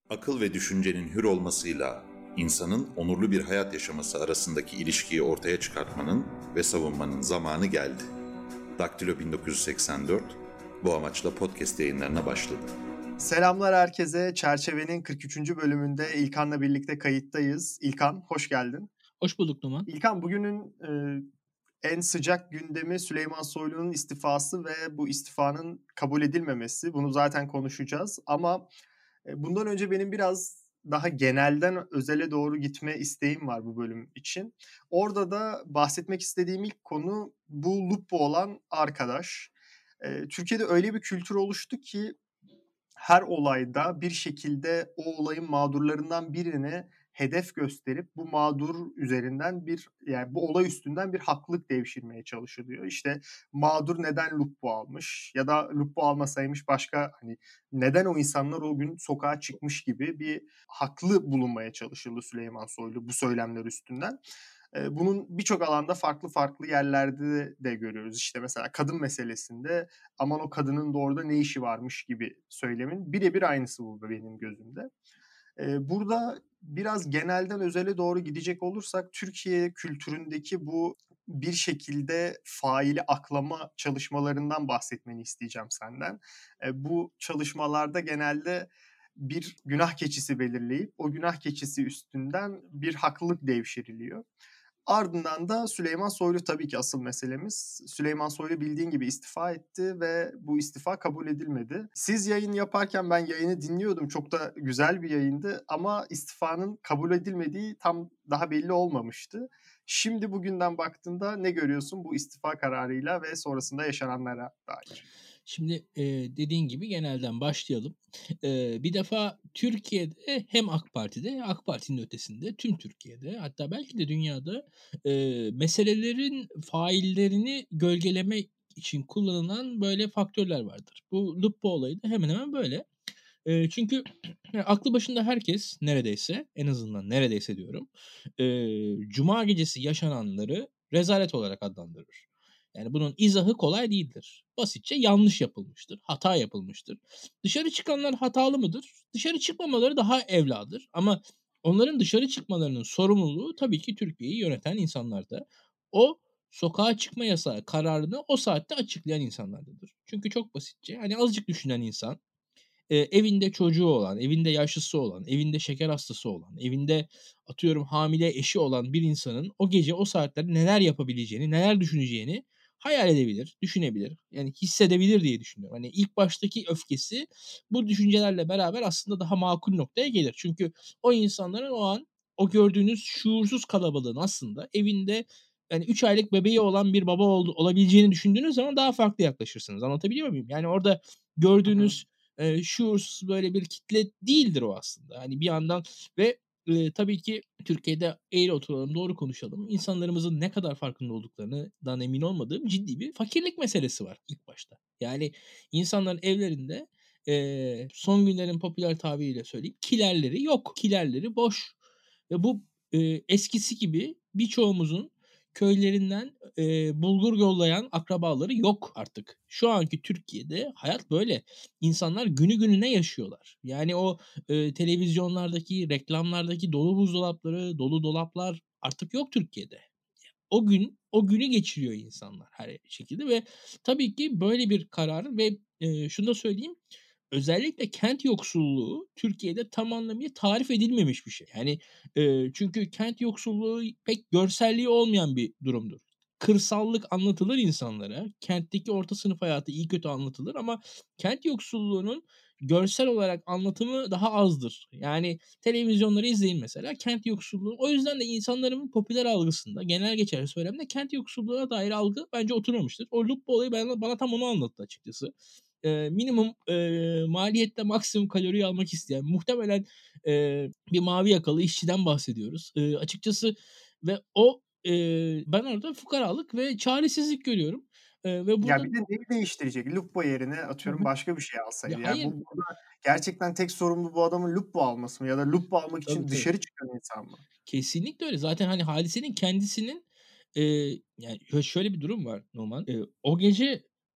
Akıl ve düşüncenin hür olmasıyla insanın onurlu bir hayat yaşaması arasındaki ilişkiyi ortaya çıkartmanın ve savunmanın zamanı geldi. Daktilo 1984 bu amaçla podcast yayınlarına başladı. Selamlar herkese. Çerçevenin 43. bölümünde İlkan'la birlikte kayıttayız. İlkan, hoş geldin. Hoş bulduk Numan. İlkan, bugünün en sıcak gündemi Süleyman Soylu'nun istifası ve bu istifanın kabul edilmemesi. Bunu zaten konuşacağız ama bundan önce benim biraz daha genelden özele doğru gitme isteğim var bu bölüm için. Orada da bahsetmek istediğim ilk konu bu Lupo olan arkadaş. Türkiye'de öyle bir kültür oluştu ki her olayda bir şekilde o olayın mağdurlarından birini hedef gösterip bu mağdur üzerinden yani bu olay üstünden bir haklılık devşirmeye çalışılıyor. İşte mağdur neden Lupo almış ya da Lupo almasaymış başka neden o insanlar o gün sokağa çıkmış gibi bir haklı bulunmaya çalışıldı Süleyman Soylu bu söylemler üstünden. Bunun birçok alanda farklı yerlerde de görüyoruz. İşte mesela kadın meselesinde aman o kadının da orada ne işi varmış gibi söylemin birebir aynısı burada benim gözümde. Burada biraz genelden özele doğru gidecek olursak Türkiye kültüründeki bu bir şekilde faili aklama çalışmalarından bahsetmeni isteyeceğim senden. Bu çalışmalarda genelde bir günah keçisi belirleyip o günah keçisi üstünden bir haklılık devşiriliyor. Ardından da Süleyman Soylu tabii ki asıl meselemiz. Süleyman Soylu bildiğin gibi istifa etti ve bu istifa kabul edilmedi. Siz yayın yaparken ben yayını dinliyordum. Çok da güzel bir yayındı ama istifanın kabul edilmediği tam daha belli olmamıştı. Şimdi bugünden baktığında ne görüyorsun bu istifa kararıyla ve sonrasında yaşananlara dair? Şimdi dediğin gibi genelden başlayalım. Bir defa Türkiye'de hem AK Parti'de, AK Parti'nin ötesinde tüm Türkiye'de hatta belki de dünyada meselelerin faillerini gölgeleme için kullanılan böyle faktörler vardır. Bu Lupo olayı da hemen hemen böyle. Çünkü aklı başında herkes neredeyse, en azından neredeyse diyorum, cuma gecesi yaşananları rezalet olarak adlandırır. Yani bunun izahı kolay değildir. Basitçe yanlış yapılmıştır, hata yapılmıştır. Dışarı çıkanlar hatalı mıdır? Dışarı çıkmamaları daha evladır. Ama onların dışarı çıkmalarının sorumluluğu tabii ki Türkiye'yi yöneten insanlarda. O sokağa çıkma yasağı kararını o saatte açıklayan insanlardadır. Çünkü çok basitçe hani azıcık düşünen insan evinde çocuğu olan, evinde yaşlısı olan, evinde şeker hastası olan, evinde atıyorum hamile eşi olan bir insanın o gece o saatlerde neler yapabileceğini, neler düşüneceğini hayal edebilir, düşünebilir. Yani hissedebilir diye düşünüyorum. Hani ilk baştaki öfkesi bu düşüncelerle beraber aslında daha makul noktaya gelir. Çünkü o insanların o an o gördüğünüz şuursuz kalabalığın aslında evinde yani 3 aylık bebeği olan bir baba olabileceğini düşündüğünüz zaman daha farklı yaklaşırsınız. Anlatabiliyor muyum? Yani orada Hı hı. gördüğünüz şuursuz böyle bir kitle değildir o aslında. Hani bir yandan ve tabii ki Türkiye'de eğri oturalım, doğru konuşalım. İnsanlarımızın ne kadar farkında olduklarından emin olmadığım ciddi bir fakirlik meselesi var ilk başta. Yani insanların evlerinde son günlerin popüler tabiriyle söyleyeyim kilerleri yok. Kilerleri boş ve bu eskisi gibi birçoğumuzun köylerinden bulgur yollayan akrabaları yok artık. Şu anki Türkiye'de hayat böyle. İnsanlar günü gününe yaşıyorlar. Yani o televizyonlardaki, reklamlardaki dolu buzdolapları, dolu dolaplar artık yok Türkiye'de. O günü geçiriyor insanlar her şekilde ve tabii ki böyle bir kararın ve şunu da söyleyeyim, özellikle kent yoksulluğu Türkiye'de tam anlamıyla tarif edilmemiş bir şey. Yani, çünkü kent yoksulluğu pek görselliği olmayan bir durumdur. Kırsallık anlatılır insanlara. Kentteki orta sınıf hayatı iyi kötü anlatılır ama kent yoksulluğunun görsel olarak anlatımı daha azdır. Yani televizyonları izleyin mesela, kent yoksulluğu o yüzden de insanların popüler algısında, genel geçer söylemde kent yoksulluğuna dair algı bence oturmamıştır. O Lupo olayı bana tam onu anlattı açıkçası. Minimum, maliyette maksimum kaloriyi almak isteyen, muhtemelen, bir mavi yakalı işçiden bahsediyoruz. Açıkçası ve ben orada fukaralık ve çaresizlik görüyorum. Ve Ya burada. bir de neyi değiştirecek? Lupo yerine Hı atıyorum hı. başka bir şey Ya, alsaydı. Yani hayır. burada gerçekten tek sorumlu bu adamın Lupo alması mı ya da Lupo almak Tabii, için tabii. dışarı çıkan insan mı? Kesinlikle öyle. Zaten, hani, hadisenin kendisinin, yani, şöyle bir durum var Numan. O gece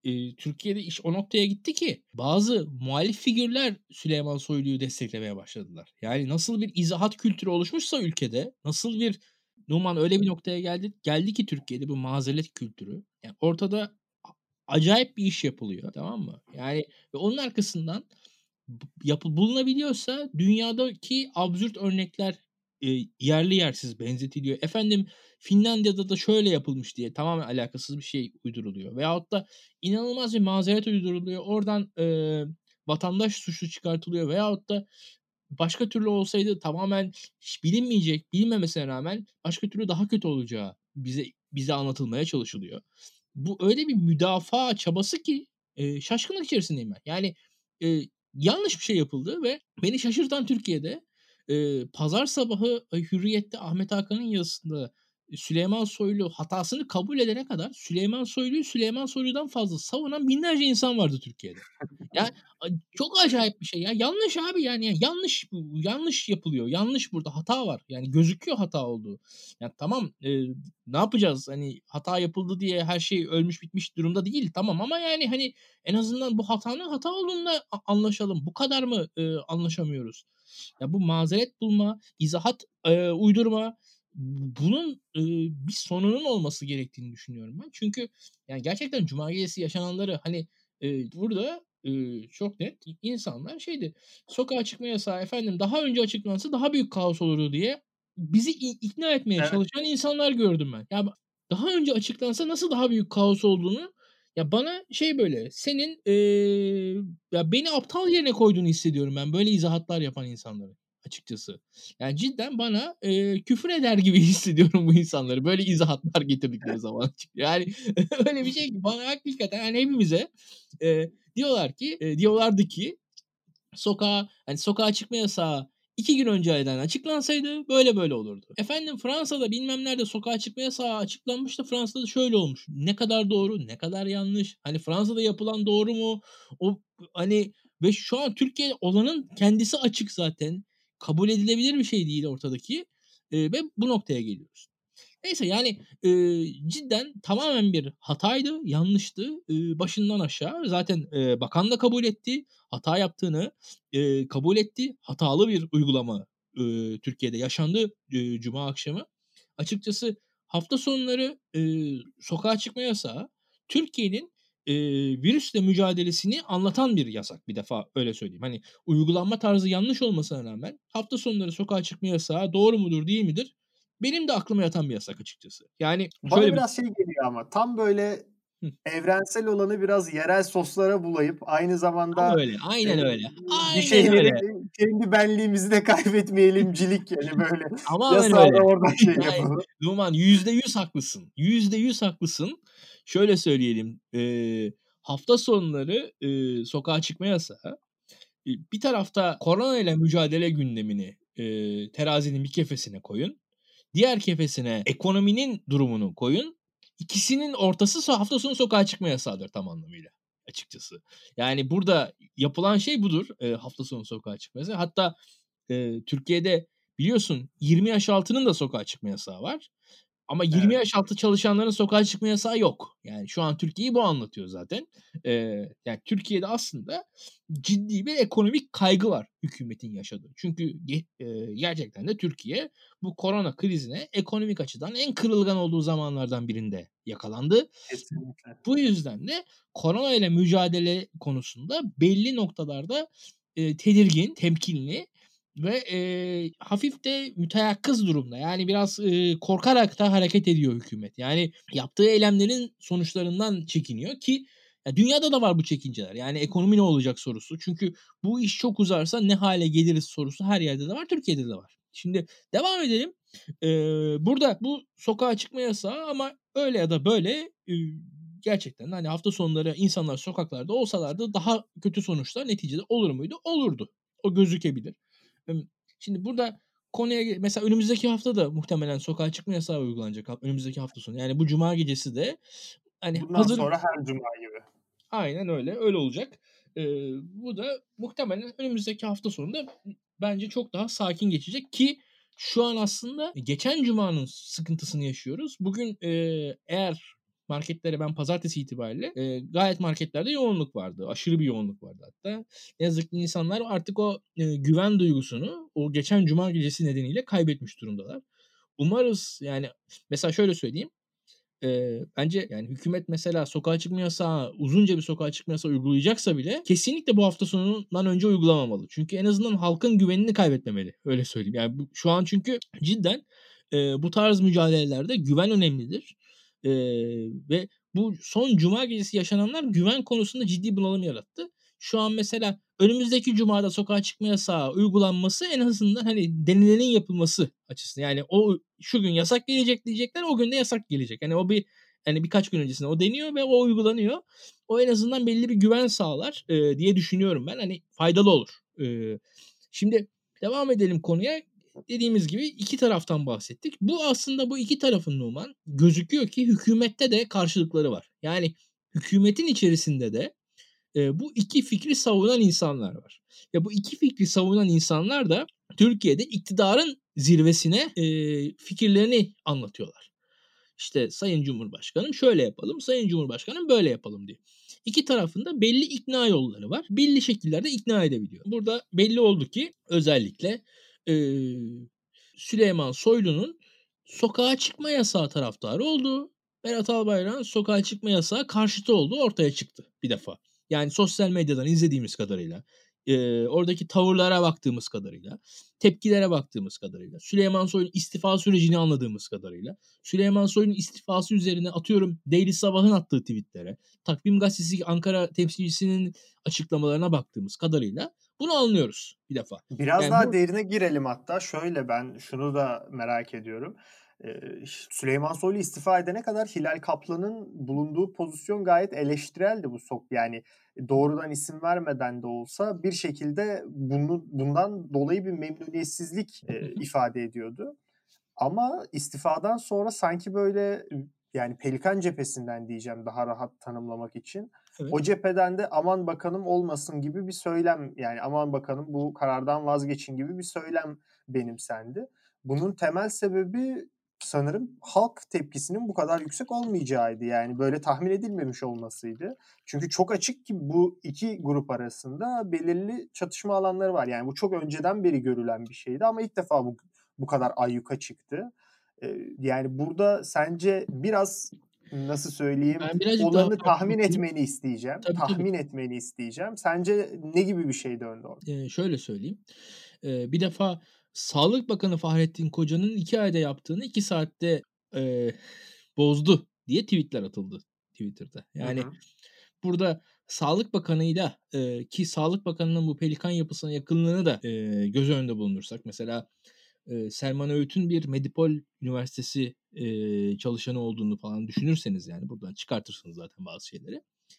Türkiye'de iş o noktaya gitti ki bazı muhalif figürler Süleyman Soylu'yu desteklemeye başladılar. Yani nasıl bir izahat kültürü oluşmuşsa ülkede, nasıl bir Numan öyle bir noktaya geldi ki Türkiye'de bu mazeret kültürü. Yani ortada acayip bir iş yapılıyor, tamam mı? Yani ve onun arkasından bulunabiliyorsa dünyadaki absürt örnekler, yerli yersiz benzetiliyor. Efendim Finlandiya'da da şöyle yapılmış diye tamamen alakasız bir şey uyduruluyor. Veyahut da inanılmaz bir mazeret uyduruluyor. Oradan, vatandaş suçlu çıkartılıyor veyahut da başka türlü olsaydı tamamen hiç bilinmeyecek, bilinmemesine rağmen başka türlü daha kötü olacağı bize anlatılmaya çalışılıyor. Bu öyle bir müdafaa çabası ki, şaşkınlık içerisindeyim ben. Yani, yanlış bir şey yapıldı ve beni şaşırtan Türkiye'de, pazar sabahı, Hürriyet'te Ahmet Hakan'ın yazısında Süleyman Soylu hatasını kabul edene kadar Süleyman Soylu'yu Süleyman Soylu'dan fazla savunan binlerce insan vardı Türkiye'de. Ya, çok acayip bir şey ya. Yanlış abi yani. Yanlış bu. Yanlış yapılıyor. Yanlış burada. Hata var. Yani gözüküyor hata olduğu. Ya tamam, ne yapacağız? Hani hata yapıldı diye her şey ölmüş bitmiş durumda değil. Tamam ama yani hani en azından bu hatanın hata olduğunu da anlaşalım. Bu kadar mı, anlaşamıyoruz? Ya bu mazeret bulma, izahat, uydurma bunun, bir sonunun olması gerektiğini düşünüyorum ben. Çünkü yani gerçekten cuma gecesi yaşananları hani, burada, çok net insanlar şeydi, sokağa çıkma yasağı efendim daha önce açıklansa daha büyük kaos olurdu diye bizi ikna etmeye Evet. çalışan insanlar gördüm ben. Ya daha önce açıklansa nasıl daha büyük kaos olduğunu ya bana şey böyle senin, ya beni aptal yerine koyduğunu hissediyorum ben böyle izahatlar yapan insanları açıkçası. Yani cidden bana, küfür eder gibi hissediyorum bu insanları böyle izahatlar getirdikleri zaman. Yani öyle bir şey ki bana hakikaten hani hepimize, diyorlardı ki sokağa çıkma yasağı 2 gün önceden açıklansaydı böyle böyle olurdu. Efendim Fransa'da bilmem nerede sokağa çıkma yasağı açıklanmış da Fransa'da şöyle olmuş. Ne kadar doğru, ne kadar yanlış? Hani Fransa'da yapılan doğru mu? O hani ve şu an Türkiye olanın kendisi açık zaten. Kabul edilebilir bir şey değil ortadaki, ve bu noktaya geliyoruz. Neyse yani, cidden tamamen bir hataydı, yanlıştı, başından aşağı. Zaten, bakan da kabul etti. Hata yaptığını, kabul etti. Hatalı bir uygulama, Türkiye'de yaşandı, cuma akşamı. Açıkçası hafta sonları, sokağa çıkma yasağı Türkiye'nin, virüsle mücadelesini anlatan bir yasak bir defa öyle söyleyeyim. Hani uygulanma tarzı yanlış olmasına rağmen hafta sonları sokağa çıkma yasağı doğru mudur, değil midir? Benim de aklıma yatan bir yasak açıkçası. Yani Bana şöyle bir biraz şey geliyor ama tam böyle Hıh. evrensel olanı biraz yerel soslara bulayıp aynı Tam zamanda, öyle. eee, Aynen öyle. bir Aynen şeyleri öyle. kendi benliğimizi de kaybetmeyelimcilik yani böyle Tamamen yasağı öyle. da oradan şey Yani yapalım. Numan %100 haklısın. %100 haklısın. Şöyle söyleyelim, hafta sonları, sokağa çıkma yasağı, bir tarafta koronayla mücadele gündemini, terazinin bir kefesine koyun. Diğer kefesine ekonominin durumunu koyun. İkisinin ortası hafta sonu sokağa çıkma yasağıdır tam anlamıyla açıkçası. Yani burada yapılan şey budur, hafta sonu sokağa çıkma yasağı. Hatta, Türkiye'de biliyorsun 20 yaş altının da sokağa çıkma yasağı var. Ama 20 Evet, yaş altı çalışanların sokağa çıkma yasağı yok. Yani şu an Türkiye'yi bu anlatıyor zaten. Yani Türkiye'de aslında ciddi bir ekonomik kaygı var hükümetin yaşadığı. Çünkü gerçekten de Türkiye bu korona krizine ekonomik açıdan en kırılgan olduğu zamanlardan birinde yakalandı. kesinlikle. Bu yüzden de korona ile mücadele konusunda belli noktalarda, tedirgin, temkinli ve, hafif de müteyakkız durumda. Yani biraz, korkarak da hareket ediyor hükümet. Yani yaptığı eylemlerin sonuçlarından çekiniyor ki ya dünyada da var bu çekinceler. Yani ekonomi ne olacak sorusu. Çünkü bu iş çok uzarsa ne hale geliriz sorusu her yerde de var, Türkiye'de de var. Şimdi devam edelim. Burada bu sokağa çıkma yasağı ama öyle ya da böyle, gerçekten hani hafta sonları insanlar sokaklarda olsalardı daha kötü sonuçlar neticede olur muydu? Olurdu. O gözükebilir. Şimdi burada konuya mesela önümüzdeki hafta da muhtemelen sokağa çıkma yasağı uygulanacak önümüzdeki hafta sonu. Yani bu cuma gecesi de hani Bundan hazır sonra her cuma gibi. Aynen öyle, öyle olacak. Bu da muhtemelen önümüzdeki hafta sonunda bence çok daha sakin geçecek ki şu an aslında geçen cumanın sıkıntısını yaşıyoruz. Bugün, eğer Marketlere ben pazartesi itibariyle gayet marketlerde yoğunluk vardı. Aşırı bir yoğunluk vardı hatta. Ne yazık ki insanlar artık o güven duygusunu o geçen cuma gecesi nedeniyle kaybetmiş durumdalar. Umarız yani mesela şöyle söyleyeyim. Bence yani hükümet mesela sokağa çıkma yasağı, uzunca bir sokağa çıkma yasağı uygulayacaksa bile kesinlikle bu hafta sonundan önce uygulamamalı. Çünkü en azından halkın güvenini kaybetmemeli. Öyle söyleyeyim. Yani şu an çünkü cidden bu tarz mücadelelerde güven önemlidir. Ve bu son cuma gecesi yaşananlar güven konusunda ciddi bunalım yarattı. Şu an mesela önümüzdeki cumada sokağa çıkma yasağı uygulanması en azından hani denilenin yapılması açısından. Yani o şu gün yasak gelecek diyecekler, o gün de yasak gelecek. Yani o hani birkaç gün öncesinde o deniyor ve o uygulanıyor. O en azından belli bir güven sağlar diye düşünüyorum ben. Hani faydalı olur. Şimdi devam edelim konuya. Dediğimiz gibi iki taraftan bahsettik. Bu aslında bu iki tarafın Numan gözüküyor ki hükümette de karşılıkları var. Yani hükümetin içerisinde de bu iki fikri savunan insanlar var. Ya bu iki fikri savunan insanlar da Türkiye'de iktidarın zirvesine fikirlerini anlatıyorlar. İşte Sayın Cumhurbaşkanım şöyle yapalım, Sayın Cumhurbaşkanım böyle yapalım diye. İki tarafında belli ikna yolları var. Belli şekillerde ikna edebiliyor. Burada belli oldu ki özellikle Süleyman Soylu'nun sokağa çıkma yasağı taraftarı olduğu, Berat Albayrak'ın sokağa çıkma yasağı karşıtı olduğu ortaya çıktı bir defa. Yani sosyal medyadan izlediğimiz kadarıyla, oradaki tavırlara baktığımız kadarıyla, tepkilere baktığımız kadarıyla, Süleyman Soylu'nun istifa sürecini anladığımız kadarıyla, Süleyman Soylu'nun istifası üzerine atıyorum Daily Sabah'ın attığı tweetlere, Takvim Gazetesi Ankara temsilcisinin açıklamalarına baktığımız kadarıyla bunu anlıyoruz bir defa. Biraz Yani daha derine girelim hatta. Şöyle ben şunu da merak ediyorum. Süleyman Soylu istifa edene kadar Hilal Kaplan'ın bulunduğu pozisyon gayet eleştireldi bu yani doğrudan isim vermeden de olsa bir şekilde bundan dolayı bir memnuniyetsizlik ifade ediyordu. Ama istifadan sonra sanki böyle yani Pelikan cephesinden diyeceğim daha rahat tanımlamak için. Evet. O cepheden de aman bakanım olmasın gibi bir söylem yani aman bakanım bu karardan vazgeçin gibi bir söylem benimsendi. Bunun temel sebebi sanırım halk tepkisinin bu kadar yüksek olmayacağıydı. Yani böyle tahmin edilmemiş olmasıydı. Çünkü çok açık ki bu iki grup arasında belirli çatışma alanları var. Yani bu çok önceden beri görülen bir şeydi ama ilk defa bu kadar ayyuka çıktı. Yani burada sence biraz nasıl söyleyeyim Ben birazcık daha olanı farklı tahmin bakayım. etmeni isteyeceğim. Tabii. Tahmin etmeni isteyeceğim. Sence ne gibi bir şey döndü orada? Şöyle söyleyeyim. Bir defa Sağlık Bakanı Fahrettin Koca'nın 2 ayda yaptığını 2 saatte eee, bozdu diye tweetler atıldı Twitter'da. Hı Yani hı. burada Sağlık Bakanı'yla ki Sağlık Bakanı'nın bu Pelikan yapısına yakınlığını da göz önünde bulundursak mesela Selman Öğüt'ün bir Medipol Üniversitesi çalışanı olduğunu falan düşünürseniz yani buradan çıkartırsınız zaten bazı şeyleri.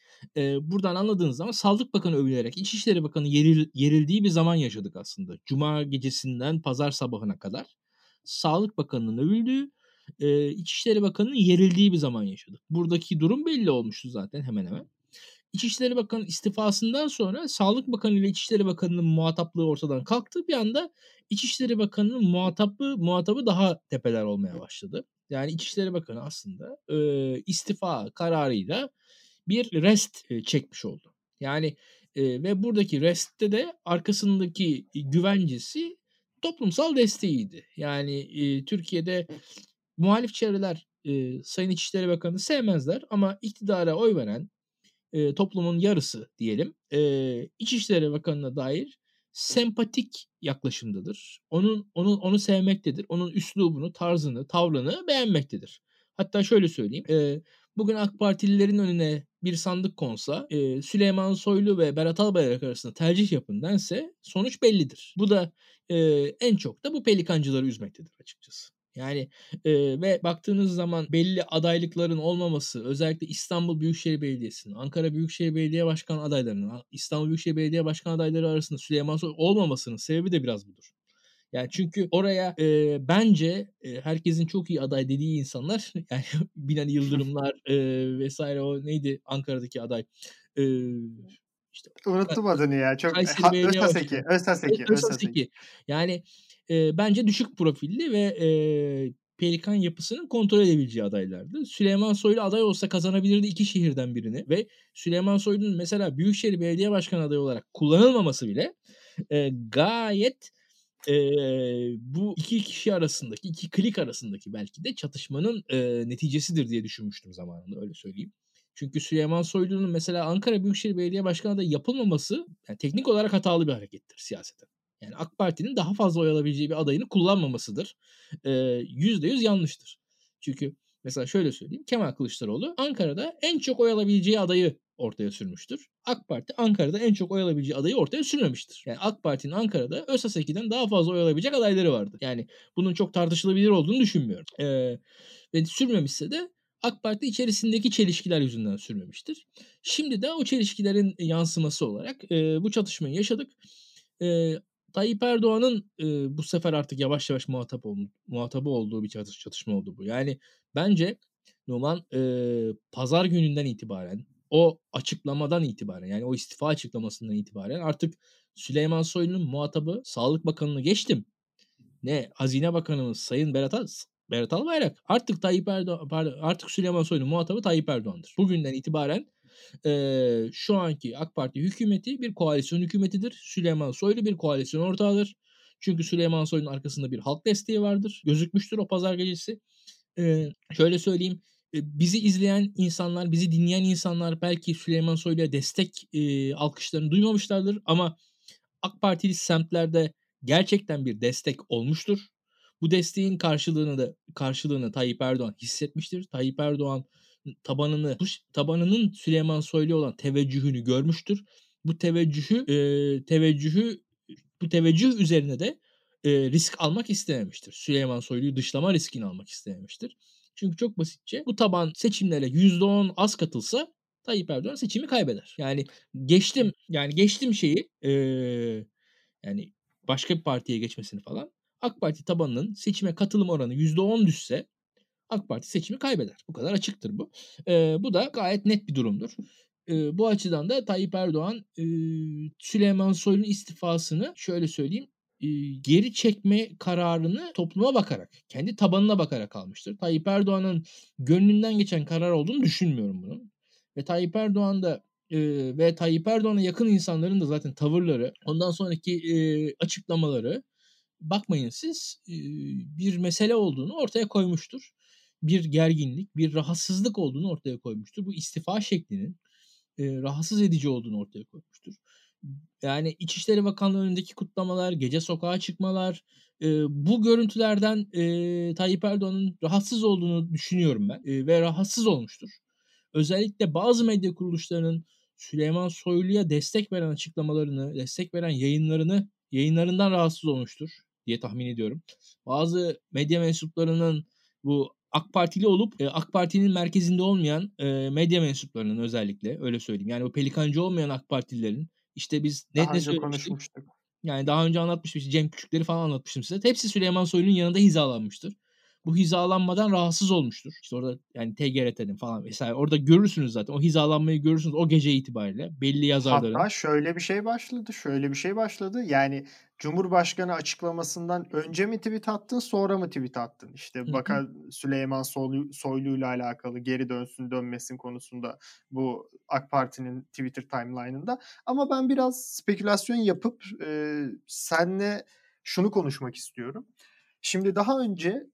Buradan anladığınız zaman Sağlık Bakanı övülerek İçişleri Bakanı yerildiği bir zaman yaşadık aslında. Cuma gecesinden pazar sabahına kadar Sağlık Bakanı'nın övüldüğü, İçişleri Bakanı'nın yerildiği bir zaman yaşadık. Buradaki durum belli olmuştu zaten hemen hemen. İçişleri Bakanı istifasından sonra Sağlık Bakanı ile İçişleri Bakanı'nın muhataplığı ortadan kalktı. Bir anda İçişleri Bakanı'nın muhatabı daha tepeler olmaya başladı. Yani İçişleri Bakanı aslında istifa kararıyla bir rest çekmiş oldu. Yani ve buradaki restte de arkasındaki güvencesi toplumsal desteğiydi. Yani Türkiye'de muhalif çevreler Sayın İçişleri Bakanı sevmezler ama iktidara oy veren toplumun yarısı diyelim İçişleri Bakanı'na dair sempatik yaklaşımdadır. Onu sevmektedir. Onun üslubunu, tarzını, tavrını beğenmektedir. Hatta şöyle söyleyeyim. Bugün AK Partililerin önüne bir sandık konsa Süleyman Soylu ve Berat Albayrak arasında tercih yapın dense sonuç bellidir. Bu da en çok da bu pelikancıları üzmektedir açıkçası. Yani ve baktığınız zaman belli adaylıkların olmaması, özellikle İstanbul Büyükşehir Belediyesi'nin, Ankara Büyükşehir Belediye Başkan adaylarının, İstanbul Büyükşehir Belediye Başkan adayları arasında Süleyman Soylu olmamasının sebebi de biraz budur. Yani çünkü oraya bence herkesin çok iyi aday dediği insanlar yani Binali Yıldırımlar vesaire o neydi Ankara'daki aday? Eee işte Unuttum adını ya. Çok Kayseri Belediye Özsaseki. Başkanı. Özaseki. Yani bence düşük profilli ve Pelikan yapısının kontrol edebileceği adaylardı. Süleyman Soylu aday olsa kazanabilirdi 2 şehirden birini ve Süleyman Soylu'nun mesela Büyükşehir Belediye Başkanı adayı olarak kullanılmaması bile gayet bu 2 kişi arasındaki, 2 klik arasındaki belki de çatışmanın neticesidir diye düşünmüştüm zamanında, öyle söyleyeyim. Çünkü Süleyman Soylu'nun mesela Ankara Büyükşehir Belediye Başkanı adayı yapılmaması yani teknik olarak hatalı bir harekettir siyaseten. Yani AK Parti'nin daha fazla oy alabileceği bir adayını kullanmamasıdır. %100 yanlıştır. Çünkü mesela şöyle söyleyeyim. Kemal Kılıçdaroğlu Ankara'da en çok oy alabileceği adayı ortaya sürmüştür. AK Parti Ankara'da en çok oy alabileceği adayı ortaya sürmemiştir. Yani AK Parti'nin Ankara'da ÖSAS'tan daha fazla oy alabilecek adayları vardı. Yani bunun çok tartışılabilir olduğunu düşünmüyorum. Ve sürmemişse de AK Parti içerisindeki çelişkiler yüzünden sürmemiştir. Şimdi de o çelişkilerin yansıması olarak bu çatışmayı yaşadık. Tayyip Erdoğan'ın bu sefer artık yavaş yavaş muhatabı olduğu bir çatışma oldu bu. Yani bence Numan pazar gününden itibaren o açıklamadan itibaren yani o istifa açıklamasından itibaren artık Süleyman Soylu'nun muhatabı Sağlık Bakanı'nı geçtim. Ne Hazine Bakanımız Sayın Berat Albayrak artık artık Süleyman Soylu'nun muhatabı Tayyip Erdoğan'dır. Bugünden itibaren şu anki AK Parti hükümeti bir koalisyon hükümetidir. Süleyman Soylu bir koalisyon ortağıdır. Çünkü Süleyman Soylu'nun arkasında bir halk desteği vardır. Gözükmüştür o pazar gecesi. Şöyle söyleyeyim. Bizi izleyen insanlar, bizi dinleyen insanlar belki Süleyman Soylu'ya destek alkışlarını duymamışlardır ama AK Partili semtlerde gerçekten bir destek olmuştur. Bu desteğin karşılığını Tayyip Erdoğan hissetmiştir. Tayyip Erdoğan tabanının Süleyman Soylu'ya olan teveccühünü görmüştür. Bu teveccüh üzerine de risk almak istememiştir. Süleyman Soylu'yu dışlama riskini almak istememiştir. Çünkü çok basitçe bu taban seçimlere %10 az katılsa Tayyip Erdoğan seçimi kaybeder. Yani geçtim şeyi yani başka bir partiye geçmesini falan. AK Parti tabanının seçime katılım oranı %10 düşse AK Parti seçimi kaybeder. Bu kadar açıktır bu. Bu da gayet net bir durumdur. Bu açıdan da Tayyip Erdoğan Süleyman Soylu'nun istifasını şöyle söyleyeyim geri çekme kararını topluma bakarak, kendi tabanına bakarak almıştır. Tayyip Erdoğan'ın gönlünden geçen karar olduğunu düşünmüyorum bunun. Ve Tayyip Erdoğan'a yakın insanların da zaten tavırları, ondan sonraki açıklamaları bakmayın siz bir mesele olduğunu ortaya koymuştur. Bir gerginlik, bir rahatsızlık olduğunu ortaya koymuştur. Bu istifa şeklinin rahatsız edici olduğunu ortaya koymuştur. Yani İçişleri Bakanlığı önündeki kutlamalar, gece sokağa çıkmalar, bu görüntülerden Tayyip Erdoğan'ın rahatsız olduğunu düşünüyorum ben ve rahatsız olmuştur. Özellikle bazı medya kuruluşlarının Süleyman Soylu'ya destek veren açıklamalarını, destek veren yayınlarından rahatsız olmuştur diye tahmin ediyorum. Bazı medya mensuplarının bu AK Partili olup AK Parti'nin merkezinde olmayan medya mensuplarının özellikle öyle söyleyeyim. Yani o pelikancı olmayan AK Partililerin işte biz Daha ne önce söylemiştik? konuşmuştuk. Yani daha önce anlatmıştım işte Cem Küçükleri falan anlatmıştım size. Hepsi Süleyman Soylu'nun yanında hizalanmıştır. Bu hizalanmadan rahatsız olmuştur. İşte orada yani TGRT'nin falan vesaire orada görürsünüz zaten. O hizalanmayı görürsünüz o gece itibariyle. Belli yazarların. Hatta şöyle bir şey başladı. Yani Cumhurbaşkanı açıklamasından önce mi tweet attın, sonra mı tweet attın? İşte Süleyman Soylu ile alakalı geri dönsün dönmesin konusunda bu AK Parti'nin Twitter timeline'ında. Ama ben biraz spekülasyon yapıp seninle şunu konuşmak istiyorum. Şimdi daha önce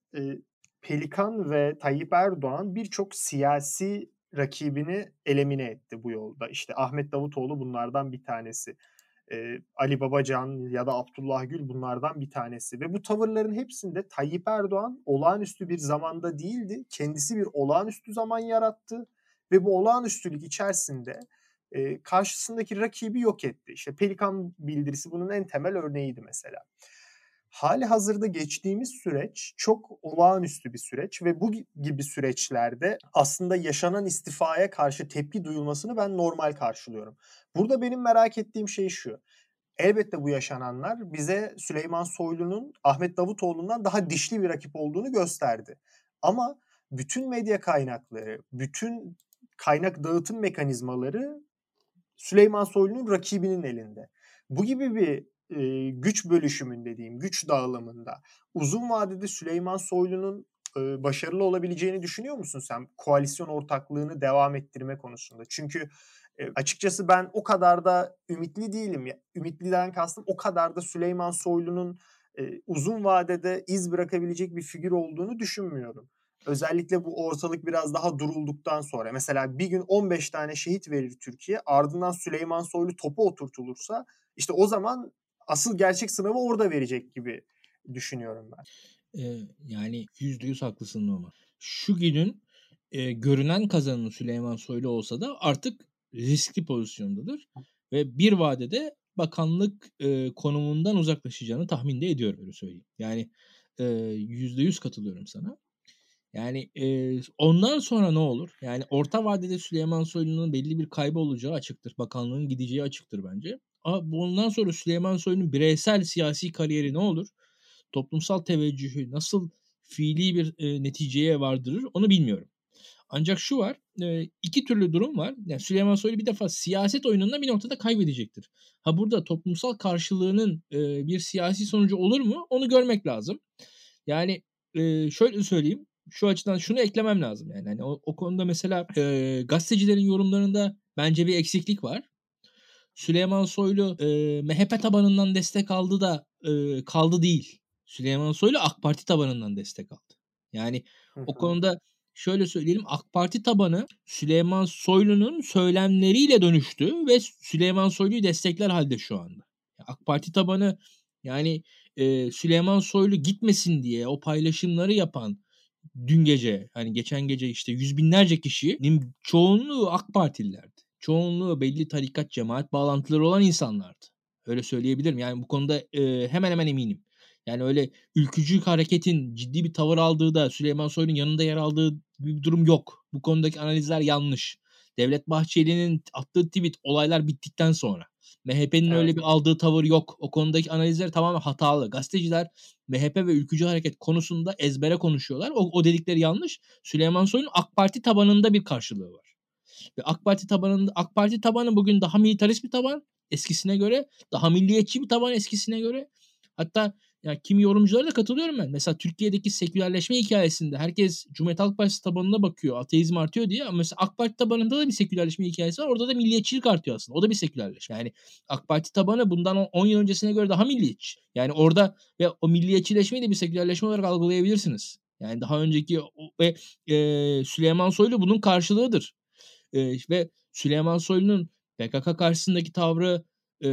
Pelikan ve Tayyip Erdoğan birçok siyasi rakibini elimine etti bu yolda. İşte Ahmet Davutoğlu bunlardan bir tanesi. Ali Babacan ya da Abdullah Gül bunlardan bir tanesi. Ve bu tavırların hepsinde Tayyip Erdoğan olağanüstü bir zamanda değildi. Kendisi bir olağanüstü zaman yarattı. Ve bu olağanüstülük içerisinde karşısındaki rakibi yok etti. İşte Pelikan bildirisi bunun en temel örneğiydi mesela. Hali hazırda geçtiğimiz süreç çok olağanüstü bir süreç ve bu gibi süreçlerde aslında yaşanan istifaya karşı tepki duyulmasını ben normal karşılıyorum. Burada benim merak ettiğim şey şu. Elbette bu yaşananlar bize Süleyman Soylu'nun Ahmet Davutoğlu'ndan daha dişli bir rakip olduğunu gösterdi. Ama bütün medya kaynakları, bütün kaynak dağıtım mekanizmaları Süleyman Soylu'nun rakibinin elinde. Bu gibi bir güç bölüşümünde diyeyim, güç dağılımında uzun vadede Süleyman Soylu'nun başarılı olabileceğini düşünüyor musun sen koalisyon ortaklığını devam ettirme konusunda? Çünkü açıkçası ben o kadar da ümitli değilim. Ümitliden kastım o kadar da Süleyman Soylu'nun uzun vadede iz bırakabilecek bir figür olduğunu düşünmüyorum. Özellikle bu ortalık biraz daha durulduktan sonra. Mesela bir gün 15 tane şehit verir Türkiye. Ardından Süleyman Soylu topa oturtulursa işte o zaman asıl gerçek sınavı orada verecek gibi düşünüyorum ben. Yani %100 haklısın Numan. Şu günün görünen kazananı Süleyman Soylu olsa da artık riskli pozisyondadır ve bir vadede bakanlık konumundan uzaklaşacağını tahmin de ediyorum, öyle söyleyeyim. Yani %100 katılıyorum sana. Yani ondan sonra ne olur? Yani orta vadede Süleyman Soylu'nun belli bir kaybı olacağı açıktır. Bakanlığın gideceği açıktır bence. Ama bundan sonra Süleyman Soylu'nun bireysel siyasi kariyeri ne olur? Toplumsal teveccühü nasıl fiili bir neticeye vardırır onu bilmiyorum. Ancak şu var, iki türlü durum var. Yani Süleyman Soylu bir defa siyaset oyununda bir noktada kaybedecektir. Ha burada toplumsal karşılığının bir siyasi sonucu olur mu? Onu görmek lazım. Yani şöyle söyleyeyim. Şu açıdan şunu eklemem lazım yani. Hani o konuda mesela gazetecilerin yorumlarında bence bir eksiklik var. Süleyman Soylu MHP tabanından destek aldı da kaldı değil. Süleyman Soylu AK Parti tabanından destek aldı. Yani Hı o hı. konuda şöyle söyleyelim, AK Parti tabanı Süleyman Soylu'nun söylemleriyle dönüştü ve Süleyman Soylu'yu destekler halde şu anda. AK Parti tabanı yani Süleyman Soylu gitmesin diye o paylaşımları yapan dün gece, hani geçen gece işte yüz binlerce kişinin çoğunluğu AK Partililerdi. Çoğunluğu belli tarikat, cemaat bağlantıları olan insanlardı. Öyle söyleyebilirim. Yani bu konuda hemen hemen eminim. Yani öyle ülkücü hareketin ciddi bir tavır aldığı da Süleyman Soylu'nun yanında yer aldığı bir durum yok. Bu konudaki analizler yanlış. Devlet Bahçeli'nin attığı tweet olaylar bittikten sonra. MHP'nin Evet. öyle bir aldığı tavır yok. O konudaki analizler tamamen hatalı. Gazeteciler MHP ve ülkücü hareket konusunda ezbere konuşuyorlar. O dedikleri yanlış. Süleyman Soylu'nun AK Parti tabanında bir karşılığı var. Ve AK Parti tabanı bugün daha militarist bir taban eskisine göre, daha milliyetçi bir taban eskisine göre. Hatta ya kimi yorumculara da katılıyorum ben. Mesela Türkiye'deki sekülerleşme hikayesinde herkes Cumhuriyet Halk Partisi tabanına bakıyor. Ateizm artıyor diye ama mesela AK Parti tabanında da bir sekülerleşme hikayesi var. Orada da milliyetçilik artıyor aslında. O da bir sekülerleşme. Yani AK Parti tabanı bundan 10 yıl öncesine göre daha milliyetçi. Yani orada ve o milliyetçileşmeyi de bir sekülerleşme olarak algılayabilirsiniz. Yani daha önceki ve Süleyman Soylu bunun karşılığıdır. Ve Süleyman Soylu'nun PKK karşısındaki tavrı,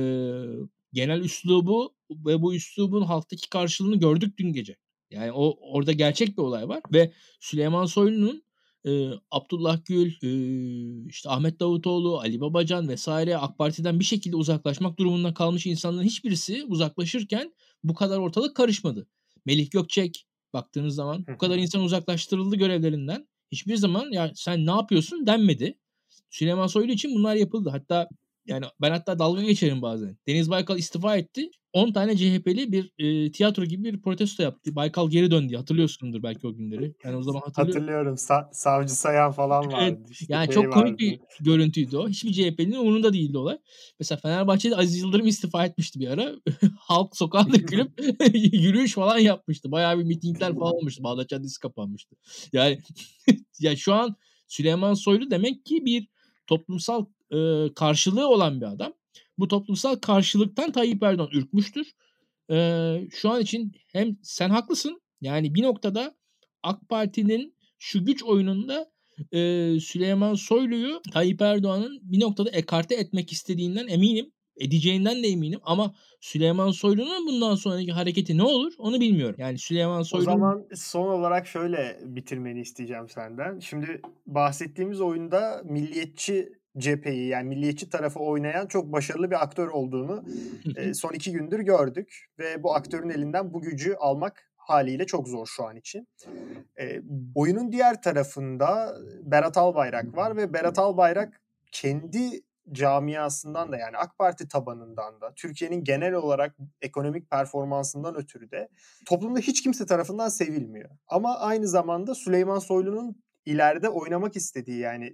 genel üslubu ve bu üslubun halktaki karşılığını gördük dün gece. Yani orada gerçek bir olay var ve Süleyman Soylu'nun Abdullah Gül, işte Ahmet Davutoğlu, Ali Babacan vesaire AK Parti'den bir şekilde uzaklaşmak durumunda kalmış insanların hiçbirisi uzaklaşırken bu kadar ortalık karışmadı. Melih Gökçek baktığınız zaman Hı bu kadar hı. insan uzaklaştırıldı görevlerinden. Hiçbir zaman ya sen ne yapıyorsun denmedi. Süleyman Soylu için bunlar yapıldı. Hatta yani ben hatta dalga geçerim bazen. Deniz Baykal istifa etti. 10 tane CHP'li bir tiyatro gibi bir protesto yaptı. Baykal geri döndü. Hatırlıyorsundur belki o günleri. Ben o zaman hatırlıyorum. Hatırlıyorum. Savcı Sayan falan Evet. vardı. İşte Yani şey çok komik vardı. bir görüntüydü o. Hiçbir CHP'linin umurunda değildi olay. Mesela Fenerbahçe'de Aziz Yıldırım istifa etmişti bir ara. Halk sokağa dökülüp yürüyüş falan yapmıştı. Bayağı bir mitingler falan olmuştu. Bağdat Caddesi kapanmıştı. Yani ya şu an Süleyman Soylu demek ki bir toplumsal karşılığı olan bir adam. Bu toplumsal karşılıktan Tayyip Erdoğan ürkmüştür. Şu an için hem sen haklısın. Yani bir noktada AK Parti'nin şu güç oyununda Süleyman Soylu'yu Tayyip Erdoğan'ın bir noktada ekarte etmek istediğinden eminim. Edeceğinden de eminim ama Süleyman Soylu'nun bundan sonraki hareketi ne olur onu bilmiyorum. Yani Süleyman O Soylu'nun zaman son olarak şöyle bitirmeni isteyeceğim senden. Şimdi bahsettiğimiz oyunda milliyetçi cepheyi yani milliyetçi tarafı oynayan çok başarılı bir aktör olduğunu son 2 gündür gördük. Ve bu aktörün elinden bu gücü almak haliyle çok zor şu an için. Oyunun diğer tarafında Berat Albayrak var ve Berat Albayrak kendi camiasından da yani AK Parti tabanından da Türkiye'nin genel olarak ekonomik performansından ötürü de toplumda hiç kimse tarafından sevilmiyor. Ama aynı zamanda Süleyman Soylu'nun ileride oynamak istediği yani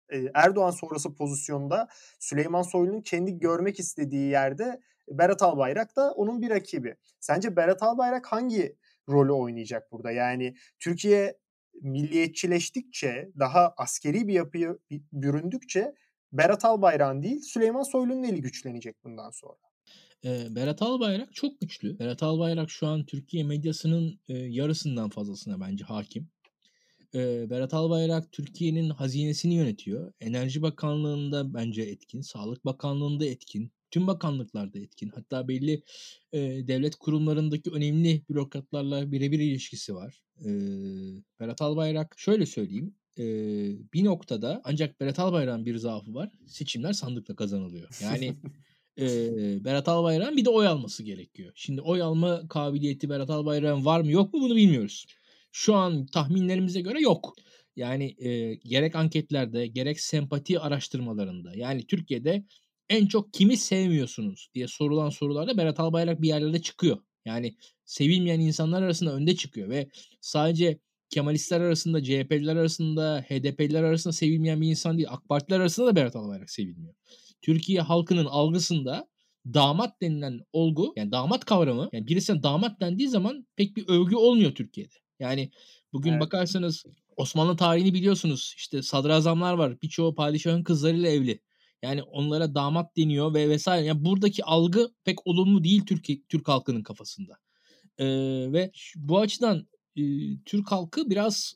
Erdoğan sonrası pozisyonda Süleyman Soylu'nun kendi görmek istediği yerde Berat Albayrak da onun bir rakibi. Sence Berat Albayrak hangi rolü oynayacak burada? Yani Türkiye milliyetçileştikçe, daha askeri bir yapıya büründükçe Berat Albayrak'ın değil Süleyman Soylu'nun eli güçlenecek bundan sonra. Berat Albayrak çok güçlü. Berat Albayrak şu an Türkiye medyasının, yarısından fazlasına bence hakim. Berat Albayrak Türkiye'nin hazinesini yönetiyor. Enerji Bakanlığı'nda bence etkin, Sağlık Bakanlığı'nda etkin, tüm bakanlıklarda etkin. Hatta belli, devlet kurumlarındaki önemli bürokratlarla birebir ilişkisi var. Berat Albayrak şöyle söyleyeyim, bir noktada ancak Berat Albayrak'ın bir zaafı var. Seçimler sandıkla kazanılıyor. Yani Berat Albayrak'ın bir de oy alması gerekiyor. Şimdi oy alma kabiliyeti Berat Albayrak'ın var mı yok mu bunu bilmiyoruz. Şu an tahminlerimize göre yok. Yani gerek anketlerde gerek sempati araştırmalarında yani Türkiye'de en çok kimi sevmiyorsunuz diye sorulan sorularda Berat Albayrak bir yerlerde çıkıyor. Yani sevilmeyen insanlar arasında önde çıkıyor ve sadece Kemalistler arasında, CHP'liler arasında, HDP'liler arasında sevilmeyen bir insan değil. AK Partiler arasında da Berat Albayrak sevilmiyor. Türkiye halkının algısında damat denilen olgu, yani damat kavramı, yani birisine damat dendiği zaman pek bir övgü olmuyor Türkiye'de. Yani bugün Evet. bakarsanız Osmanlı tarihini biliyorsunuz. İşte sadrazamlar var. Birçoğu padişahın kızlarıyla evli. Yani onlara damat deniyor ve vesaire. Yani buradaki algı pek olumlu değil Türk halkının kafasında. Ve bu açıdan Türk halkı biraz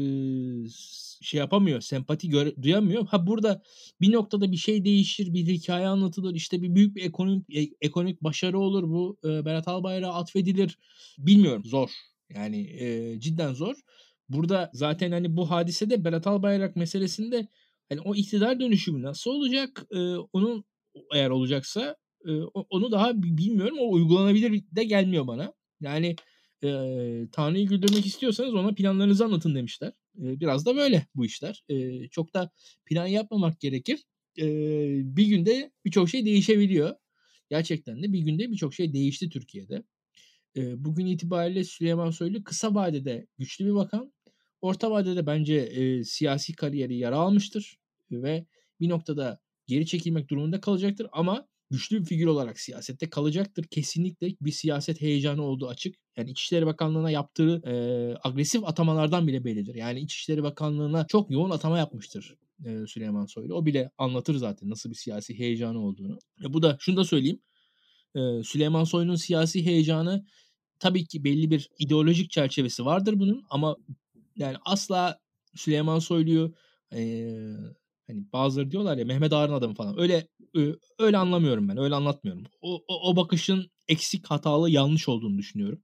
şey yapamıyor, sempati duyamıyor. Ha burada bir noktada bir şey değişir, bir hikaye anlatılır, işte bir büyük bir ekonomik başarı olur, bu Berat Albayrak'a atfedilir. Bilmiyorum, zor. Yani cidden zor. Burada zaten hani bu hadisede Berat Albayrak meselesinde hani o iktidar dönüşümü nasıl olacak? Onun eğer olacaksa onu daha bilmiyorum. O uygulanabilir de gelmiyor bana. Yani Tanrı'yı güldürmek istiyorsanız ona planlarınızı anlatın demişler. Biraz da böyle bu işler. Çok da plan yapmamak gerekir. Bir günde birçok şey değişebiliyor. Gerçekten de bir günde birçok şey değişti Türkiye'de. Bugün itibariyle Süleyman Soylu kısa vadede güçlü bir bakan, orta vadede bence siyasi kariyeri yara almıştır ve bir noktada geri çekilmek durumunda kalacaktır ama güçlü bir figür olarak siyasette kalacaktır. Kesinlikle bir siyaset heyecanı olduğu açık. Yani İçişleri Bakanlığı'na yaptığı agresif atamalardan bile bellidir. Yani İçişleri Bakanlığı'na çok yoğun atama yapmıştır Süleyman Soylu. O bile anlatır zaten nasıl bir siyasi heyecanı olduğunu. Bu da şunu da söyleyeyim. Süleyman Soylu'nun siyasi heyecanı tabii ki belli bir ideolojik çerçevesi vardır bunun ama yani asla Süleyman Soylu'yu hani bazıları diyorlar ya Mehmet Ağar'ın adamı falan. Öyle anlamıyorum ben. Öyle anlatmıyorum. O bakışın eksik, hatalı, yanlış olduğunu düşünüyorum.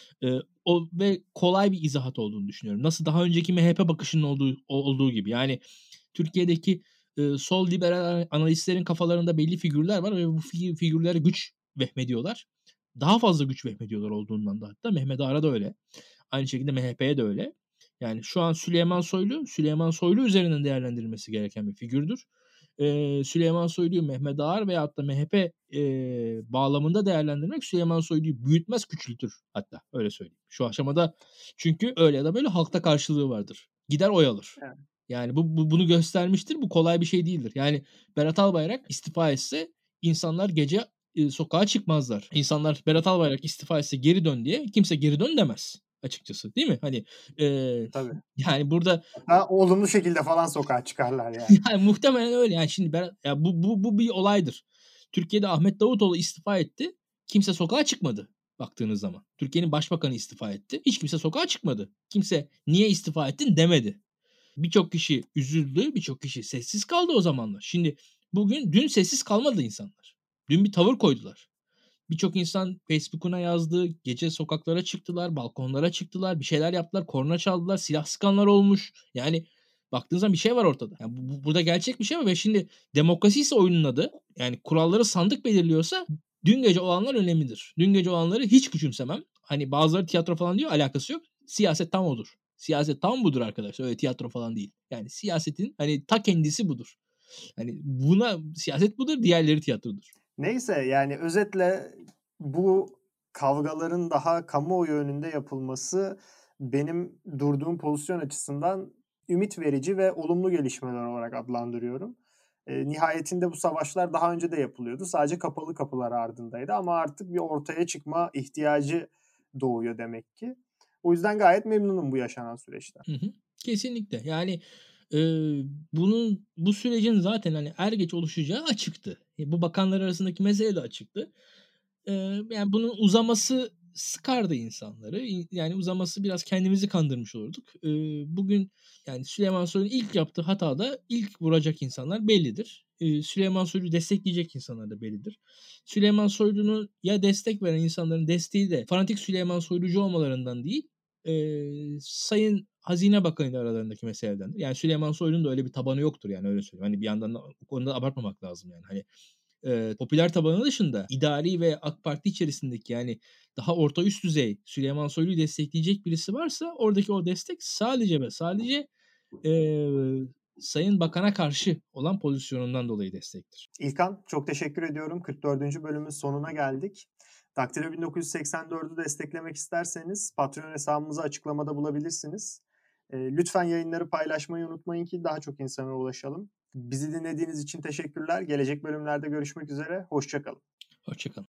O ve kolay bir izahat olduğunu düşünüyorum. Nasıl daha önceki MHP bakışının olduğu gibi. Yani Türkiye'deki sol liberal analistlerin kafalarında belli figürler var ve bu figürlere güç vehmediyorlar. Daha fazla güç vehmediyorlar olduğundan da hatta Mehmet Ağar'a da öyle. Aynı şekilde MHP'ye de öyle. Yani şu an Süleyman Soylu üzerinden değerlendirilmesi gereken bir figürdür. Süleyman Soylu'yu Mehmet Ağar veyahut da MHP bağlamında değerlendirmek Süleyman Soylu'yu büyütmez, küçültür hatta öyle söyleyeyim. Şu aşamada çünkü öyle ya da böyle halkta karşılığı vardır. Gider oy alır. Evet. Yani bunu göstermiştir. Bu kolay bir şey değildir. Yani Berat Albayrak istifa etse insanlar gece sokağa çıkmazlar. İnsanlar Berat Albayrak istifa etse geri dön diye kimse geri dön demez açıkçası değil mi? Hani Tabii. yani burada Hatta olumlu şekilde falan sokağa çıkarlar yani. yani muhtemelen öyle. Yani şimdi ya bu bir olaydır. Türkiye'de Ahmet Davutoğlu istifa etti. Kimse sokağa çıkmadı baktığınız zaman. Türkiye'nin başbakanı istifa etti. Hiç kimse sokağa çıkmadı. Kimse niye istifa ettin demedi. Birçok kişi üzüldü, birçok kişi sessiz kaldı o zamanlar. Şimdi dün sessiz kalmadı insanlar. Dün bir tavır koydular. Birçok insan Facebook'una yazdı, gece sokaklara çıktılar, balkonlara çıktılar, bir şeyler yaptılar, korna çaldılar, silah sıkanlar olmuş. Yani baktığınız zaman bir şey var ortada. Yani burada gerçek bir şey var ve şimdi demokrasi ise oyunun adı. Yani kuralları sandık belirliyorsa dün gece olanlar önemlidir. Dün gece olanları hiç küçümsemem. Hani bazıları tiyatro falan diyor, alakası yok. Siyaset tam odur. Siyaset tam budur arkadaşlar. Öyle tiyatro falan değil. Yani siyasetin hani ta kendisi budur. Hani siyaset budur, diğerleri tiyatrodur. Neyse yani özetle bu kavgaların daha kamuoyu önünde yapılması benim durduğum pozisyon açısından ümit verici ve olumlu gelişmeler olarak adlandırıyorum. Nihayetinde bu savaşlar daha önce de yapılıyordu. Sadece kapalı kapılar ardındaydı ama artık bir ortaya çıkma ihtiyacı doğuyor demek ki. O yüzden gayet memnunum bu yaşanan süreçten. Hı hı. Kesinlikle. Yani, bu sürecin zaten, hani, er geç oluşacağı açıktı. Bu bakanlar arasındaki mesele de açıktı. Yani, bunun uzaması sıkardı insanları. Yani, uzaması biraz kendimizi kandırmış olurduk. Bugün, yani, Süleyman Soylu'nun ilk yaptığı hatada ilk vuracak insanlar bellidir. Süleyman Soylu'yu destekleyecek insanlar da bellidir. Süleyman Soylu'nu ya destek veren insanların desteği de fanatik Süleyman Soylucu olmalarından değil, Sayın Hazine Bakanı ile aralarındaki meseledendir. Yani, Süleyman Soylu'nun da öyle bir tabanı yoktur, yani, öyle söyleyeyim. Hani, bir yandan da o konuda abartmamak lazım, yani. Hani, popüler tabanı dışında idari ve AK Parti içerisindeki, yani, daha orta üst düzey Süleyman Soylu'yu destekleyecek birisi varsa oradaki o destek sadece ve sadece, eee, Sayın Bakan'a karşı olan pozisyonundan dolayı destektir. İlkan, çok teşekkür ediyorum. 44. bölümün sonuna geldik. Daktilo 1984'ü desteklemek isterseniz Patreon hesabımızı açıklamada bulabilirsiniz. Lütfen yayınları paylaşmayı unutmayın ki daha çok insana ulaşalım. Bizi dinlediğiniz için teşekkürler. Gelecek bölümlerde görüşmek üzere. Hoşça kalın. Hoşça kalın.